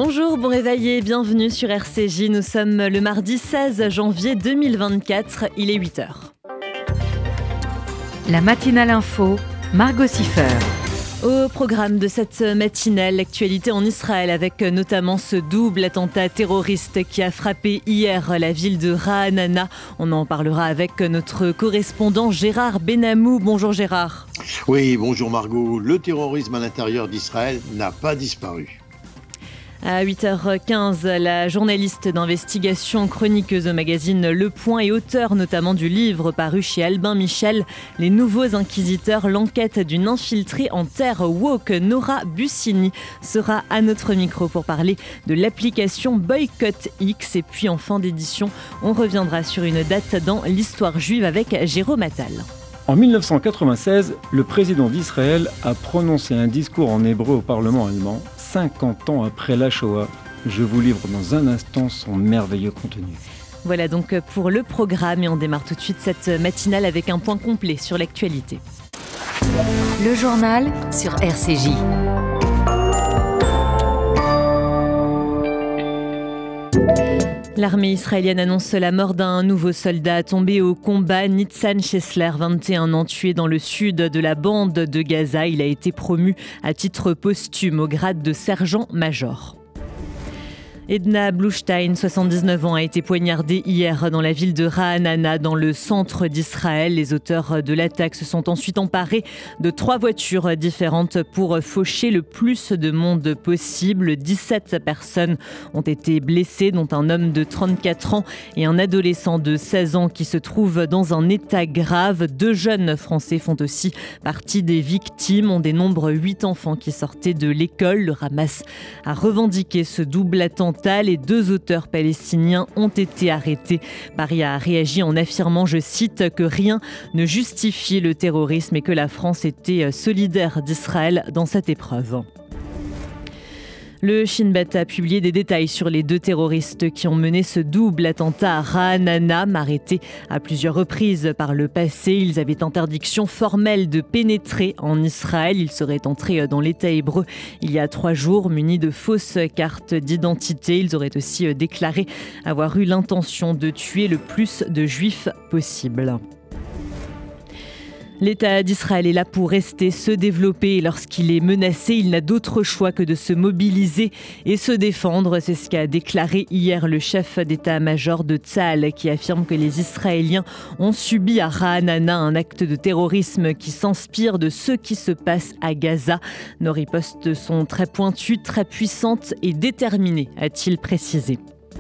Bonjour, bon réveil et bienvenue sur RCJ. Nous sommes le mardi 16 janvier 2024, il est 8h. La matinale info, Margot Siffer. Au programme de cette matinale, l'actualité en Israël avec notamment ce double attentat terroriste qui a frappé hier la ville de Ra'anana. On en parlera avec notre correspondant Gérard Benamou. Bonjour Gérard. Oui, bonjour Margot. Le terrorisme à l'intérieur d'Israël n'a pas disparu. À 8h15, la journaliste d'investigation, chroniqueuse au magazine Le Point et auteure notamment du livre paru chez Albin Michel, Les Nouveaux Inquisiteurs, l'enquête d'une infiltrée en terre woke, Nora Bussini, sera à notre micro pour parler de l'application Boycott X. Et puis en fin d'édition, on reviendra sur une date dans l'histoire juive avec Jérôme Attal. En 1996, le président d'Israël a prononcé un discours en hébreu au Parlement allemand, 50 ans après la Shoah. Je vous livre dans un instant son merveilleux contenu. Voilà donc pour le programme et on démarre tout de suite cette matinale avec un point complet sur l'actualité. Le journal sur RCJ. L'armée israélienne annonce la mort d'un nouveau soldat tombé au combat, Nitzan Chesler, 21 ans, tué dans le sud de la bande de Gaza. Il a été promu à titre posthume au grade de sergent-major. Edna Bluestein, 79 ans, a été poignardée hier dans la ville de Ra'anana, dans le centre d'Israël. Les auteurs de l'attaque se sont ensuite emparés de 3 voitures différentes pour faucher le plus de monde possible. 17 personnes ont été blessées, dont un homme de 34 ans et un adolescent de 16 ans qui se trouve dans un état grave. 2 jeunes Français font aussi partie des victimes. On dénombre 8 enfants qui sortaient de l'école. Le Hamas a revendiqué ce double attentat. Les 2 auteurs palestiniens ont été arrêtés. Paris a réagi en affirmant, je cite, que rien ne justifie le terrorisme et que la France était solidaire d'Israël dans cette épreuve. Le Shin Bet a publié des détails sur les 2 terroristes qui ont mené ce double attentat à Ra'anana, arrêtés à plusieurs reprises par le passé. Ils avaient interdiction formelle de pénétrer en Israël. Ils seraient entrés dans l'État hébreu il y a 3 jours, munis de fausses cartes d'identité. Ils auraient aussi déclaré avoir eu l'intention de tuer le plus de juifs possible. L'État d'Israël est là pour rester, se développer. Lorsqu'il est menacé, il n'a d'autre choix que de se mobiliser et se défendre. C'est ce qu'a déclaré hier le chef d'état-major de Tsahal, qui affirme que les Israéliens ont subi à Ra'anana un acte de terrorisme qui s'inspire de ce qui se passe à Gaza. Nos ripostes sont très pointues, très puissantes et déterminées, a-t-il précisé.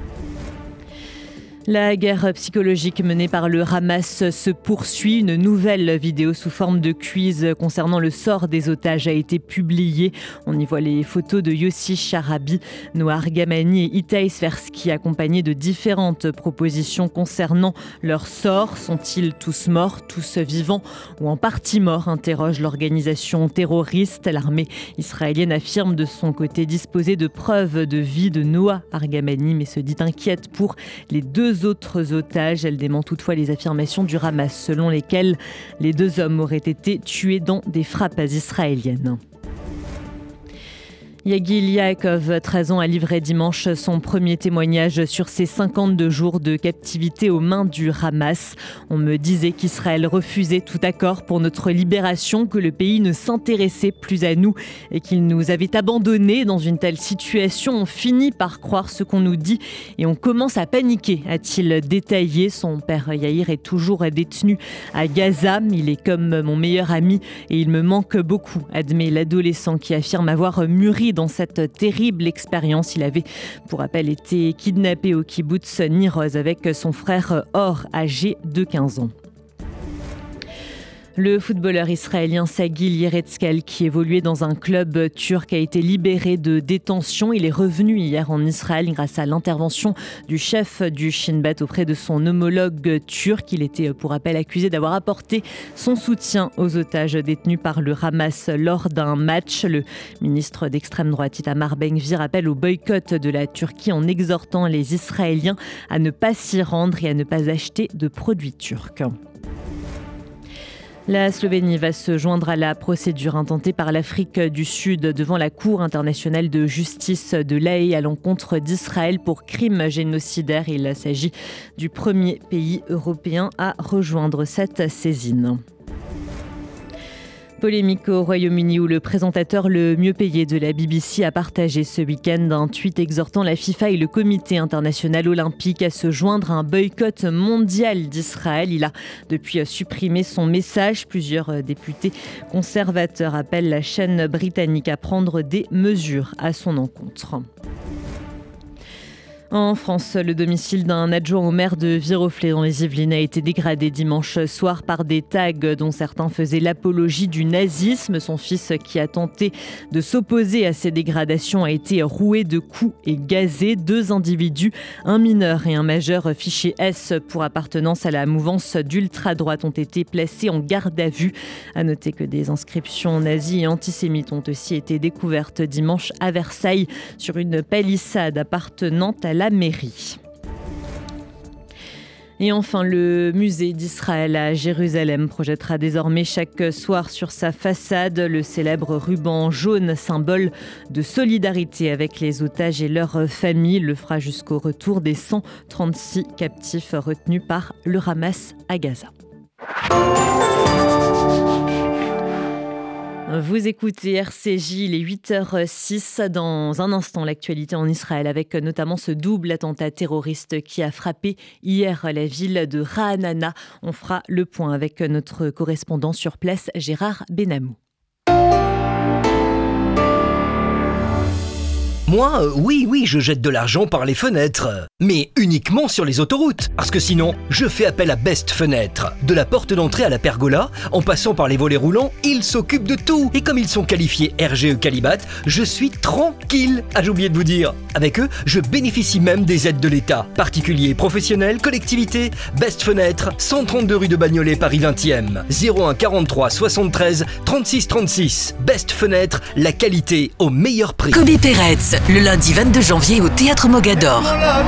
La guerre psychologique menée par le Hamas se poursuit. Une nouvelle vidéo sous forme de quiz concernant le sort des otages a été publiée. On y voit les photos de Yossi Sharabi, Noah Gamani et Itai Sversky accompagnés de différentes propositions concernant leur sort. Sont-ils tous morts, tous vivants ou en partie morts, interroge l'organisation terroriste. L'armée israélienne affirme de son côté disposer de preuves de vie de Noah Argamani, mais se dit inquiète pour les 2 autres otages. Elle dément toutefois les affirmations du Hamas selon lesquelles les 2 hommes auraient été tués dans des frappes israéliennes. Yagil Yaakov, 13 ans, a livré dimanche son premier témoignage sur ses 52 jours de captivité aux mains du Hamas. On me disait qu'Israël refusait tout accord pour notre libération, que le pays ne s'intéressait plus à nous et qu'il nous avait abandonnés. Dans une telle situation, on finit par croire ce qu'on nous dit et on commence à paniquer, a-t-il détaillé. Son père Yair est toujours détenu à Gaza. Il est comme mon meilleur ami et il me manque beaucoup, admet l'adolescent qui affirme avoir mûri dans cette terrible expérience. Il avait, pour rappel, été kidnappé au kibboutz Niroz avec son frère Or, âgé de 15 ans. Le footballeur israélien Sagil Yeretskal, qui évoluait dans un club turc, a été libéré de détention. Il est revenu hier en Israël grâce à l'intervention du chef du Shin Bet auprès de son homologue turc. Il était, pour rappel, accusé d'avoir apporté son soutien aux otages détenus par le Hamas lors d'un match. Le ministre d'extrême droite Itamar Ben-Gvir appelle au boycott de la Turquie en exhortant les Israéliens à ne pas s'y rendre et à ne pas acheter de produits turcs. La Slovénie va se joindre à la procédure intentée par l'Afrique du Sud devant la Cour internationale de justice de l'Haye à l'encontre d'Israël pour crimes génocidaires. Il s'agit du premier pays européen à rejoindre cette saisine. Polémique au Royaume-Uni où le présentateur le mieux payé de la BBC a partagé ce week-end un tweet exhortant la FIFA et le Comité international olympique à se joindre à un boycott mondial d'Israël. Il a depuis supprimé son message. Plusieurs députés conservateurs appellent la chaîne britannique à prendre des mesures à son encontre. En France, le domicile d'un adjoint au maire de Viroflay dans les Yvelines a été dégradé dimanche soir par des tags dont certains faisaient l'apologie du nazisme. Son fils, qui a tenté de s'opposer à ces dégradations, a été roué de coups et gazé. 2 individus, un mineur et un majeur fiché S pour appartenance à la mouvance d'ultra-droite, ont été placés en garde à vue. À noter que des inscriptions nazies et antisémites ont aussi été découvertes dimanche à Versailles sur une palissade appartenant à la mairie. Et enfin, le musée d'Israël à Jérusalem projettera désormais chaque soir sur sa façade le célèbre ruban jaune, symbole de solidarité avec les otages et leurs familles. Le fera jusqu'au retour des 136 captifs retenus par le Hamas à Gaza. Vous écoutez RCJ, il est 8h06. Dans un instant, l'actualité en Israël avec notamment ce double attentat terroriste qui a frappé hier la ville de Ra'anana. On fera le point avec notre correspondant sur place, Gérard Benamou. Moi, oui, je jette de l'argent par les fenêtres. Mais uniquement sur les autoroutes. Parce que sinon, je fais appel à Best Fenêtre. De la porte d'entrée à la pergola, en passant par les volets roulants, ils s'occupent de tout. Et comme ils sont qualifiés RGE Qualibat, je suis tranquille. Ah, j'ai oublié de vous dire. Avec eux, je bénéficie même des aides de l'État. Particuliers, professionnels, collectivités. Best Fenêtre, 132 rue de Bagnolet, Paris 20e. 01 43 73 36 36. Best Fenêtre, la qualité au meilleur prix. Kobe Peretz, le lundi 22 janvier au Théâtre Mogador.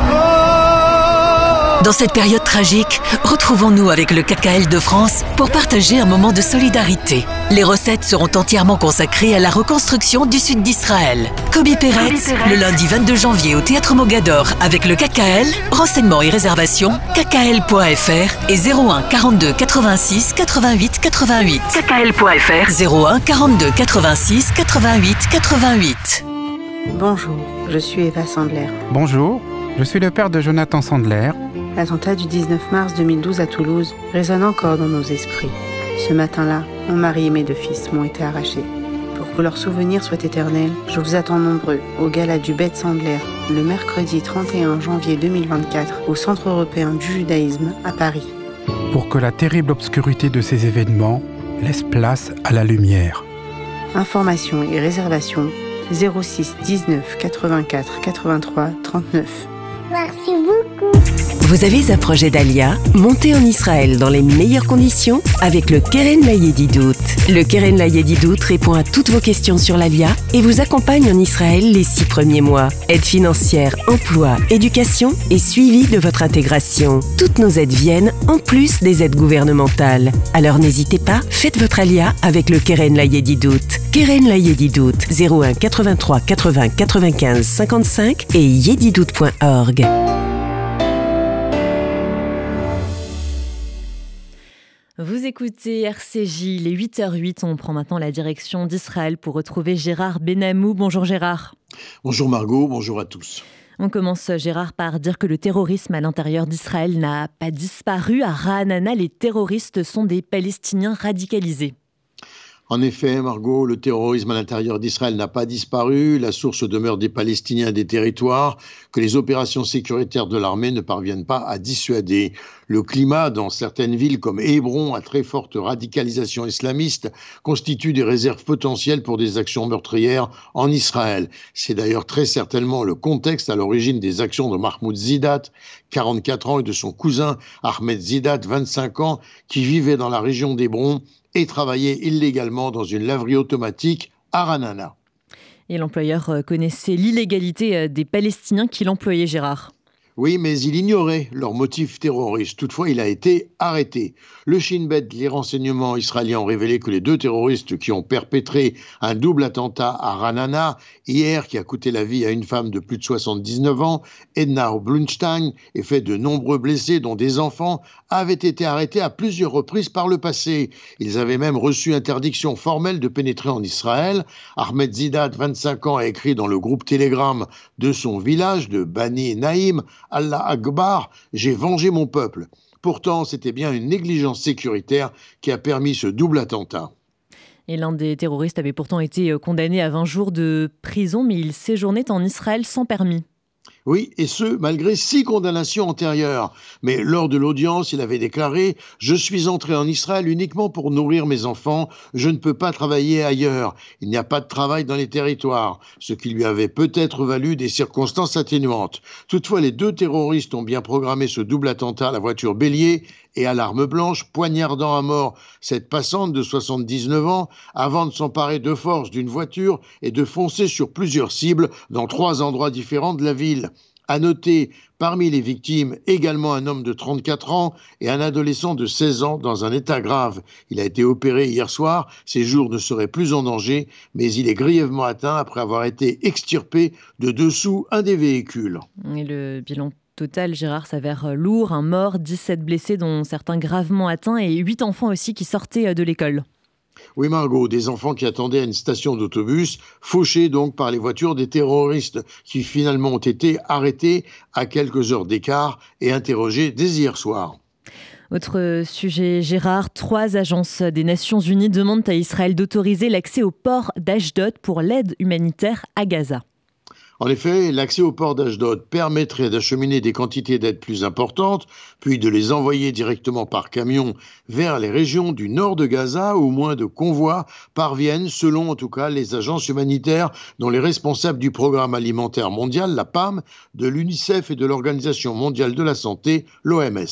Dans cette période tragique, retrouvons-nous avec le KKL de France pour partager un moment de solidarité. Les recettes seront entièrement consacrées à la reconstruction du sud d'Israël. Kobe Peretz, le lundi 22 janvier au Théâtre Mogador avec le KKL. Renseignements et réservations, kkl.fr et 01 42 86 88 88. kkl.fr 01 42 86 88 88. Bonjour, je suis Eva Sandler. Bonjour, je suis le père de Jonathan Sandler. L'attentat du 19 mars 2012 à Toulouse résonne encore dans nos esprits. Ce matin-là, mon mari et mes 2 fils m'ont été arrachés. Pour que leur souvenir soit éternel, je vous attends nombreux au gala du Beth Sandler, le mercredi 31 janvier 2024 au Centre européen du judaïsme à Paris. Pour que la terrible obscurité de ces événements laisse place à la lumière. Informations et réservations 06 19 84 83 39. Merci beaucoup. Vous avez un projet d'Alia? Montez en Israël dans les meilleures conditions avec le Keren Layedidout. Le Keren Layedidout répond à toutes vos questions sur l'Alia et vous accompagne en Israël les 6 premiers mois. Aide financière, emploi, éducation et suivi de votre intégration. Toutes nos aides viennent en plus des aides gouvernementales. Alors n'hésitez pas, faites votre Alia avec le Keren Layedidout. Keren Layedidout 01 83 80 95 55 et yedidout.org. Vous écoutez RCJ, il est 8h08. On prend maintenant la direction d'Israël pour retrouver Gérard Benamou. Bonjour Gérard. Bonjour Margot, bonjour à tous. On commence, Gérard, par dire que le terrorisme à l'intérieur d'Israël n'a pas disparu. À Ra'anana, les terroristes sont des Palestiniens radicalisés. En effet, Margot, le terrorisme à l'intérieur d'Israël n'a pas disparu. La source demeure des Palestiniens et des territoires que les opérations sécuritaires de l'armée ne parviennent pas à dissuader. Le climat dans certaines villes comme Hébron, à très forte radicalisation islamiste, constitue des réserves potentielles pour des actions meurtrières en Israël. C'est d'ailleurs très certainement le contexte à l'origine des actions de Mahmoud Zidat, 44 ans, et de son cousin Ahmed Zidat, 25 ans, qui vivaient dans la région d'Hébron et travaillait illégalement dans une laverie automatique à Ra'anana. Et l'employeur connaissait l'illégalité des Palestiniens qui l'employaient, Gérard. Oui, mais il ignorait leur motif terroriste. Toutefois, il a été arrêté. Le Shin Bet, les renseignements israéliens ont révélé que les 2 terroristes qui ont perpétré un double attentat à Ranana hier, qui a coûté la vie à une femme de plus de 79 ans, Edna Blunstein, et fait de nombreux blessés, dont des enfants, avaient été arrêtés à plusieurs reprises par le passé. Ils avaient même reçu interdiction formelle de pénétrer en Israël. Ahmed Zidat, 25 ans, a écrit dans le groupe Telegram de son village de Bani Naïm, Allah Akbar, j'ai vengé mon peuple. Pourtant, c'était bien une négligence sécuritaire qui a permis ce double attentat. Et l'un des terroristes avait pourtant été condamné à 20 jours de prison, mais il séjournait en Israël sans permis. Oui, et ce, malgré 6 condamnations antérieures. Mais lors de l'audience, il avait déclaré « Je suis entré en Israël uniquement pour nourrir mes enfants. Je ne peux pas travailler ailleurs. Il n'y a pas de travail dans les territoires. » Ce qui lui avait peut-être valu des circonstances atténuantes. Toutefois, les 2 terroristes ont bien programmé ce double attentat à la voiture bélier et à l'arme blanche, poignardant à mort cette passante de 79 ans avant de s'emparer de force d'une voiture et de foncer sur plusieurs cibles dans 3 endroits différents de la ville. À noter, parmi les victimes, également un homme de 34 ans et un adolescent de 16 ans dans un état grave. Il a été opéré hier soir, ses jours ne seraient plus en danger, mais il est grièvement atteint après avoir été extirpé de dessous un des véhicules. Et le bilan total, Gérard, s'avère lourd. Un mort, 17 blessés, dont certains gravement atteints, et 8 enfants aussi qui sortaient de l'école. Oui, Margot, des enfants qui attendaient à une station d'autobus, fauchés donc par les voitures des terroristes, qui finalement ont été arrêtés à quelques heures d'écart et interrogés dès hier soir. Autre sujet, Gérard, 3 agences des Nations Unies demandent à Israël d'autoriser l'accès au port d'Ashdod pour l'aide humanitaire à Gaza. En effet, l'accès au port d'Ashdod permettrait d'acheminer des quantités d'aide plus importantes, puis de les envoyer directement par camion vers les régions du nord de Gaza où moins de convois parviennent, selon en tout cas les agences humanitaires dont les responsables du Programme alimentaire mondial, la PAM, de l'UNICEF et de l'Organisation mondiale de la santé, l'OMS.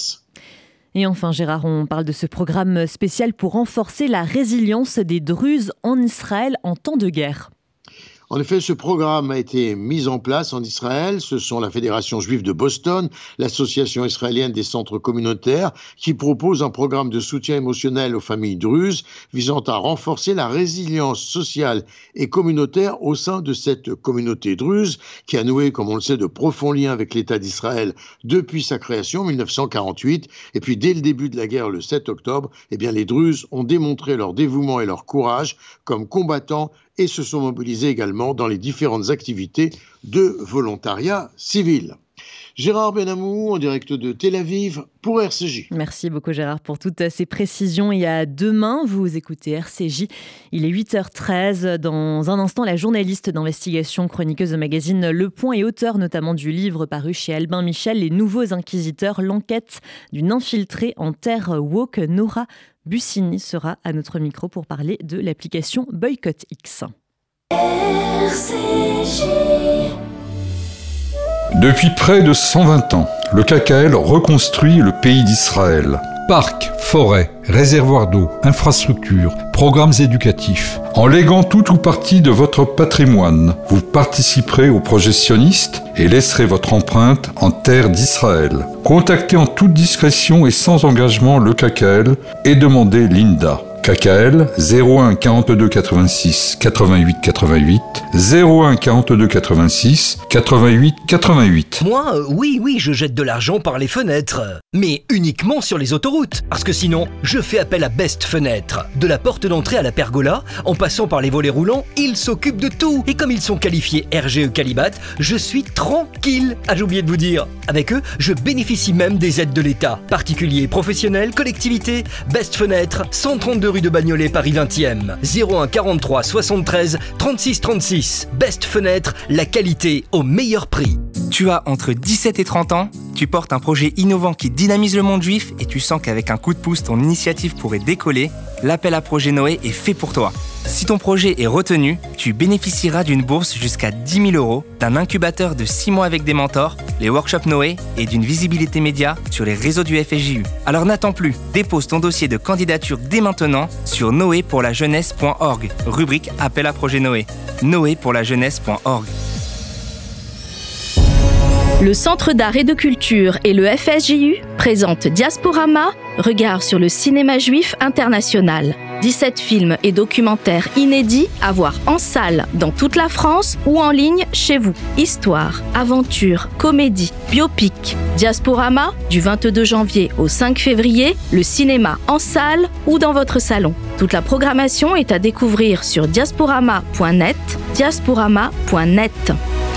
Et enfin, Gérard, on parle de ce programme spécial pour renforcer la résilience des Druzes en Israël en temps de guerre. En effet, ce programme a été mis en place en Israël. Ce sont la Fédération juive de Boston, l'Association israélienne des centres communautaires, qui propose un programme de soutien émotionnel aux familles druzes visant à renforcer la résilience sociale et communautaire au sein de cette communauté druze qui a noué, comme on le sait, de profonds liens avec l'État d'Israël depuis sa création en 1948. Et puis, dès le début de la guerre, le 7 octobre, les Druzes ont démontré leur dévouement et leur courage comme combattants et se sont mobilisés également dans les différentes activités de volontariat civil. Gérard Benamou, en direct de Tel Aviv pour RCJ. Merci beaucoup Gérard pour toutes ces précisions et à demain. Vous écoutez RCJ, il est 8h13. Dans un instant, la journaliste d'investigation, chroniqueuse de magazine Le Point et auteure notamment du livre paru chez Albin Michel, Les Nouveaux Inquisiteurs, l'enquête d'une infiltrée en terre woke, Nora Bussini sera à notre micro pour parler de l'application Boycott X. RCJ. Depuis près de 120 ans, le KKL reconstruit le pays d'Israël. Parcs, forêts, réservoirs d'eau, infrastructures, programmes éducatifs. En léguant tout ou partie de votre patrimoine, vous participerez au projet sioniste et laisserez votre empreinte en terre d'Israël. Contactez en toute discrétion et sans engagement le KKL et demandez l'INDA. KKL 01 42 86 88 88 01 42 86 88 88. Moi, oui, je jette de l'argent par les fenêtres. Mais uniquement sur les autoroutes. Parce que sinon, je fais appel à Best Fenêtre. De la porte d'entrée à la pergola, en passant par les volets roulants, ils s'occupent de tout. Et comme ils sont qualifiés RGE Qualibat, je suis tranquille. Ah, j'ai oublié de vous dire. Avec eux, je bénéficie même des aides de l'État. Particuliers, professionnels, collectivités, Best Fenêtre, 132 rue de Bagnolet, Paris 20e. 01 43 73 36 36. Best Fenêtre, la qualité au meilleur prix. Tu as entre 17 et 30 ans, tu portes un projet innovant qui dynamise le monde juif et tu sens qu'avec un coup de pouce, ton initiative pourrait décoller. L'appel à projet Noé est fait pour toi. Si ton projet est retenu, tu bénéficieras d'une bourse jusqu'à 10 000 €, d'un incubateur de 6 mois avec des mentors, les workshops Noé et d'une visibilité média sur les réseaux du FSJU. Alors n'attends plus, dépose ton dossier de candidature dès maintenant sur noépourlajeunesse.org, rubrique appel à projet Noé. noépourlajeunesse.org. Le Centre d'art et de culture et le FSJU présentent Diasporama, regard sur le cinéma juif international. 17 films et documentaires inédits à voir en salle dans toute la France ou en ligne chez vous. Histoire, aventure, comédie, biopic. Diasporama, du 22 janvier au 5 février, le cinéma en salle ou dans votre salon. Toute la programmation est à découvrir sur diasporama.net, diasporama.net.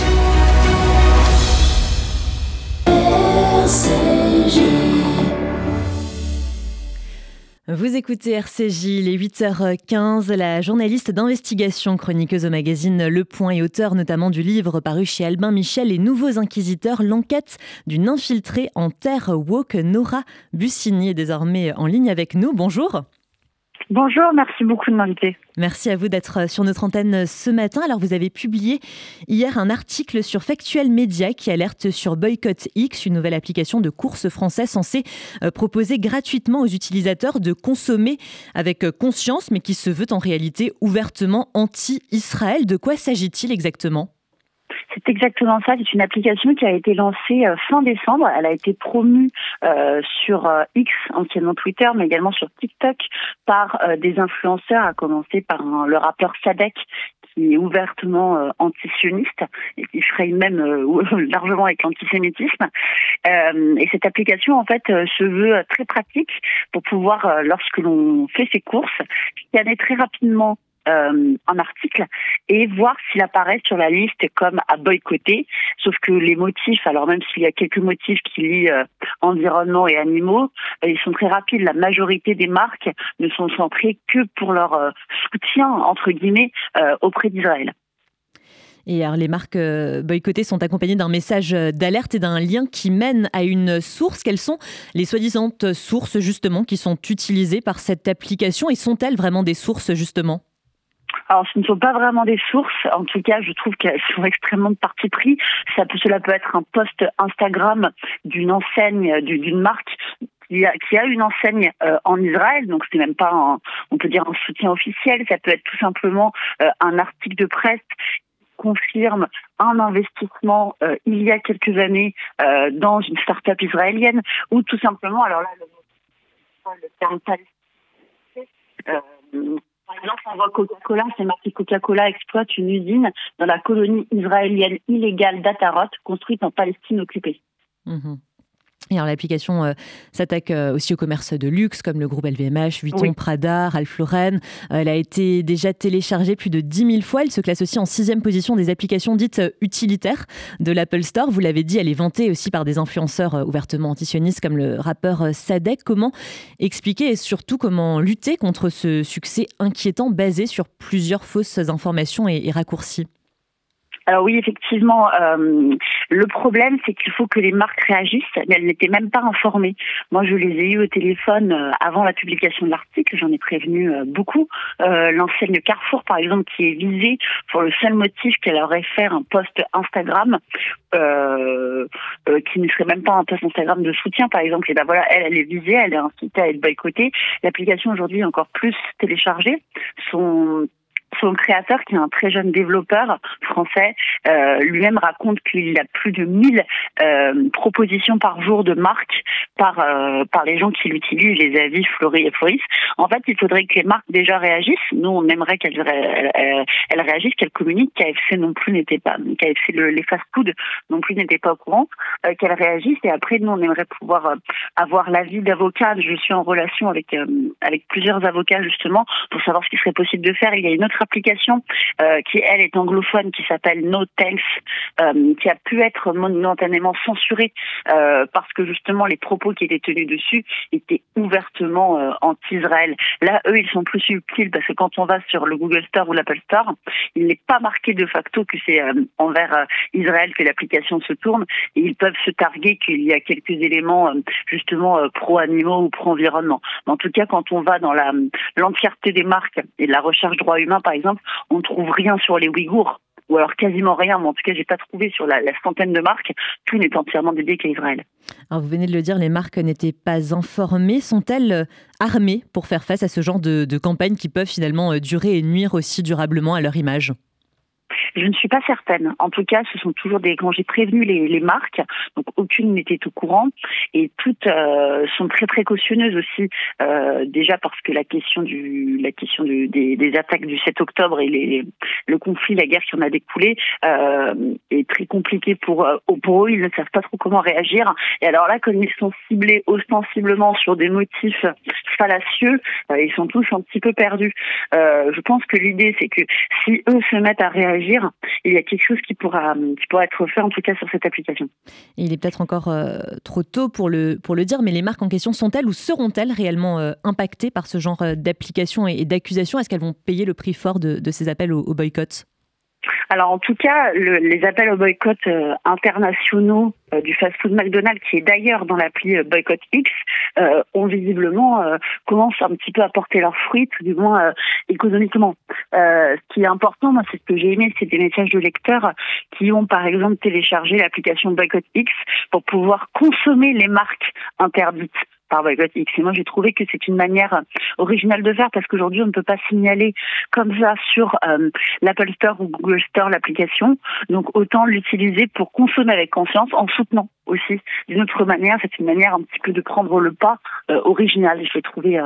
Vous écoutez RCJ, il est 8h15. La journaliste d'investigation, chroniqueuse au magazine Le Point et auteure notamment du livre paru chez Albin Michel, Les Nouveaux Inquisiteurs, l'enquête d'une infiltrée en terre woke, Nora Bussigny, est désormais en ligne avec nous. Bonjour. Bonjour, merci beaucoup de m'inviter. Merci à vous d'être sur notre antenne ce matin. Alors, vous avez publié hier un article sur Factuel Média qui alerte sur Boycott X, une nouvelle application de course française censée proposer gratuitement aux utilisateurs de consommer avec conscience, mais qui se veut en réalité ouvertement anti-Israël. De quoi s'agit-il exactement ? C'est exactement ça. C'est une application qui a été lancée fin décembre. Elle a été promue sur X, anciennement Twitter, mais également sur TikTok par des influenceurs, à commencer par le rappeur Sadek, qui est ouvertement antisioniste et qui fraye même largement avec l'antisémitisme. Et cette application, en fait, se veut très pratique pour pouvoir, lorsque l'on fait ses courses, scanner très rapidement un article et voir s'il apparaît sur la liste comme à boycotter, sauf que les motifs, alors même s'il y a quelques motifs qui lient environnement et animaux, ils sont très rapides. La majorité des marques ne sont centrées que pour leur soutien, entre guillemets, auprès d'Israël. Et alors, les marques boycottées sont accompagnées d'un message d'alerte et d'un lien qui mène à une source. Quelles sont les soi-disant sources, justement, qui sont utilisées par cette application, et sont-elles vraiment des sources, justement ? Alors, ce ne sont pas vraiment des sources. En tout cas, je trouve qu'elles sont extrêmement de parti pris. Cela peut être un post Instagram d'une enseigne, d'une marque qui a une enseigne en Israël, donc c'est même pas, on peut dire, un soutien officiel. Ça peut être tout simplement un article de presse qui confirme un investissement il y a quelques années dans une start-up israélienne, ou tout simplement, alors là, le terme par exemple, on voit Coca-Cola, c'est marqué Coca-Cola exploite une usine dans la colonie israélienne illégale d'Atarot, construite en Palestine occupée. Mmh. Et alors, l'application s'attaque aussi au commerce de luxe, comme le groupe LVMH, Vuitton, oui. Prada, Ralph Lauren. Elle a été déjà téléchargée plus de 10 000 fois. Elle se classe aussi en 6e position des applications dites utilitaires de l'Apple Store. Vous l'avez dit, elle est vantée aussi par des influenceurs ouvertement antisionistes, comme le rappeur Sadek. Comment expliquer et surtout comment lutter contre ce succès inquiétant basé sur plusieurs fausses informations et raccourcis ? Alors oui, effectivement, le problème, c'est qu'il faut que les marques réagissent, mais elles n'étaient même pas informées. Moi, je les ai eues au téléphone avant la publication de l'article, j'en ai prévenu beaucoup. L'enseigne Carrefour, par exemple, qui est visée pour le seul motif qu'elle aurait fait un post Instagram, qui ne serait même pas un post Instagram de soutien, par exemple. Et ben voilà, elle est visée, elle est incitée à être boycottée. L'application aujourd'hui est encore plus téléchargée. Son créateur, qui est un très jeune développeur français, lui-même raconte qu'il a plus de 1000 propositions par jour de marques par les gens qui l'utilisent, les avis fleurissent. En fait, il faudrait que les marques déjà réagissent. Nous, on aimerait qu'elles réagissent, qu'elles communiquent. KFC non plus n'était pas, KFC les fast-food non plus n'étaient pas au courant, qu'elles réagissent. Et après, nous, on aimerait pouvoir avoir l'avis d'avocats. Je suis en relation avec plusieurs avocats justement pour savoir ce qui serait possible de faire. Il y a une autre application qui, elle, est anglophone, qui s'appelle No Thanks, qui a pu être momentanément censurée parce que justement les propos qui étaient tenus dessus étaient ouvertement anti-Israël. Là, eux, ils sont plus subtils parce que quand on va sur le Google Store ou l'Apple Store, il n'est pas marqué de facto que c'est envers Israël que l'application se tourne, et ils peuvent se targuer qu'il y a quelques éléments justement pro-animaux ou pro-environnement. En tout cas, quand on va dans l'entièreté des marques et de la recherche droits humains, par exemple, on ne trouve rien sur les Ouïghours, ou alors quasiment rien, mais en tout cas, j'ai pas trouvé sur la centaine de marques. Tout n'est entièrement dédié qu'à Israël. Alors, vous venez de le dire, les marques n'étaient pas informées. Sont-elles armées pour faire face à ce genre de campagnes qui peuvent finalement durer et nuire aussi durablement à leur image ? Je ne suis pas certaine. En tout cas, ce sont toujours quand j'ai prévenu les marques, donc aucune n'était au courant et toutes sont très précautionneuses aussi. Déjà parce que la question des attaques du 7 octobre et le conflit, la guerre qui en a découlé est très compliquée pour eux. Ils ne savent pas trop comment réagir. Et alors là, comme ils sont ciblés ostensiblement sur des motifs fallacieux, ils sont tous un petit peu perdus. Je pense que l'idée, c'est que si eux se mettent à réagir, il y a quelque chose qui pourra être fait, en tout cas sur cette application. Il est peut-être encore trop tôt pour le dire, mais les marques en question sont-elles ou seront-elles réellement impactées par ce genre d'application et d'accusations ? Est-ce qu'elles vont payer le prix fort de ces appels au boycott ? Alors en tout cas, les appels au boycott internationaux du fast-food McDonald's, qui est d'ailleurs dans l'appli Boycott X, ont visiblement commencé un petit peu à porter leurs fruits, tout du moins économiquement. Ce qui est important, moi, c'est ce que j'ai aimé, c'est des messages de lecteurs qui ont par exemple téléchargé l'application Boycott X pour pouvoir consommer les marques interdites par Boycott X. Et moi, j'ai trouvé que c'est une manière originale de faire parce qu'aujourd'hui, on ne peut pas signaler comme ça sur l'Apple Store ou Google Store l'application. Donc, autant l'utiliser pour consommer avec conscience en soutenant aussi d'une autre manière. C'est une manière un petit peu de prendre le pas original. Je l'ai trouvé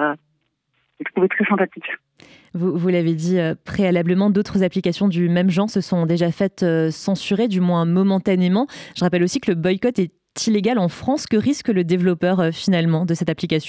très sympathique. Vous l'avez dit préalablement, d'autres applications du même genre se sont déjà faites censurer, du moins momentanément. Je rappelle aussi que le boycott est illégal en France. Que risque le développeur finalement de cette application ?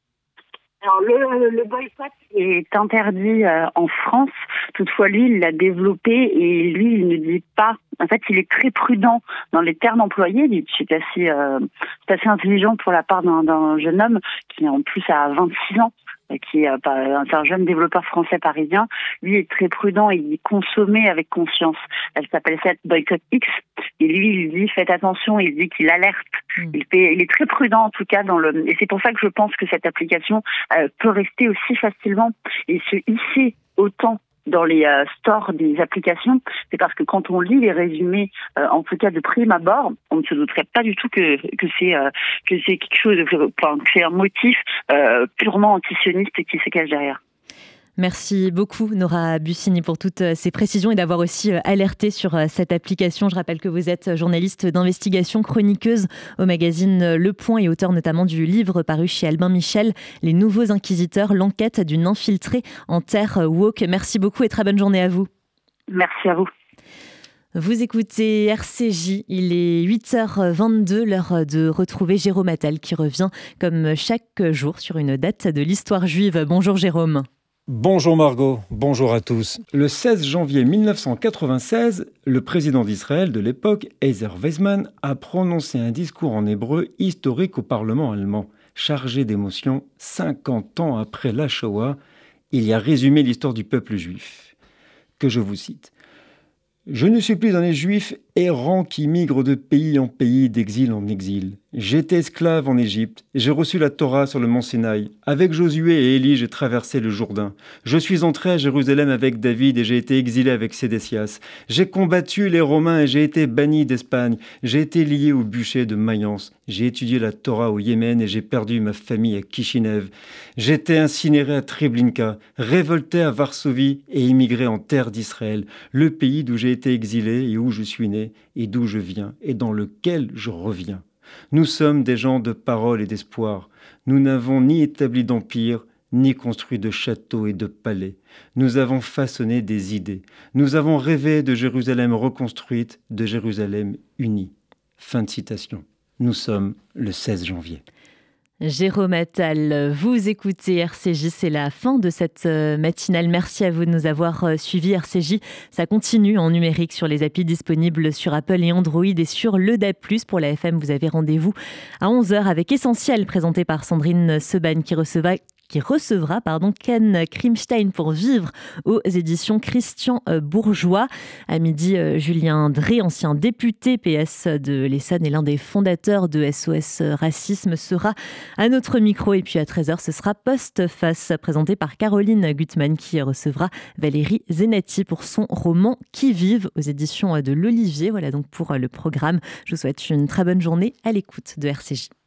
Alors le boycott est interdit en France. Toutefois, lui, il l'a développé et lui, il ne dit pas. En fait, il est très prudent dans les termes employés. C'est assez intelligent pour la part d'un jeune homme qui en plus a 26 ans. Qui est un jeune développeur français parisien. Lui est très prudent et il dit consommer avec conscience. Elle s'appelle cette Boycott X. Et lui, il dit faites attention. Il dit qu'il alerte. Il est très prudent en tout cas et c'est pour ça que je pense que cette application peut rester aussi facilement et se hisser autant dans les stores des applications. C'est parce que quand on lit les résumés, en tout cas de prime abord, on ne se douterait pas du tout que c'est quelque chose, que c'est un motif purement antisioniste qui se cache derrière. Merci beaucoup Nora Bussini pour toutes ces précisions et d'avoir aussi alerté sur cette application. Je rappelle que vous êtes journaliste d'investigation, chroniqueuse au magazine Le Point et auteur notamment du livre paru chez Albin Michel, Les Nouveaux Inquisiteurs, l'enquête d'une infiltrée en terre woke. Merci beaucoup et très bonne journée à vous. Merci à vous. Vous écoutez RCJ, il est 8h22, l'heure de retrouver Jérôme Attal qui revient comme chaque jour sur une date de l'histoire juive. Bonjour Jérôme. Bonjour Margot, bonjour à tous. Le 16 janvier 1996, le président d'Israël de l'époque, Ezer Weizmann, a prononcé un discours en hébreu historique au Parlement allemand. Chargé d'émotion, 50 ans après la Shoah, il y a résumé l'histoire du peuple juif. Que je vous cite. « Je ne suis plus un juif errant qui migre de pays en pays, d'exil en exil. J'étais esclave en Égypte, j'ai reçu la Torah sur le mont Sinaï. Avec Josué et Élie, j'ai traversé le Jourdain. Je suis entré à Jérusalem avec David et j'ai été exilé avec Sédécias. J'ai combattu les Romains et j'ai été banni d'Espagne. J'ai été lié au bûcher de Mayence. J'ai étudié la Torah au Yémen et j'ai perdu ma famille à Kishinev. J'étais incinéré à Treblinka, révolté à Varsovie et immigré en terre d'Israël, le pays d'où j'ai été exilé et où je suis né et d'où je viens et dans lequel je reviens. Nous sommes des gens de parole et d'espoir. Nous n'avons ni établi d'empire, ni construit de châteaux et de palais. Nous avons façonné des idées. Nous avons rêvé de Jérusalem reconstruite, de Jérusalem unie. » Fin de citation. Nous sommes le 16 janvier. Jérôme Attal, vous écoutez RCJ, c'est la fin de cette matinale. Merci à vous de nous avoir suivis. RCJ, ça continue en numérique sur les applis disponibles sur Apple et Android et sur le DAB+. Pour la FM, vous avez rendez-vous à 11h avec Essentiel, présenté par Sandrine Seban, qui recevra Ken Krimstein pour Vivre aux éditions Christian Bourgeois. À midi, Julien Drey, ancien député PS de l'Essonne et l'un des fondateurs de SOS Racisme, sera à notre micro. Et puis à 13h, ce sera Post-Face, présenté par Caroline Gutmann, qui recevra Valérie Zenati pour son roman Qui vive aux éditions de l'Olivier. Voilà donc pour le programme. Je vous souhaite une très bonne journée à l'écoute de RCJ.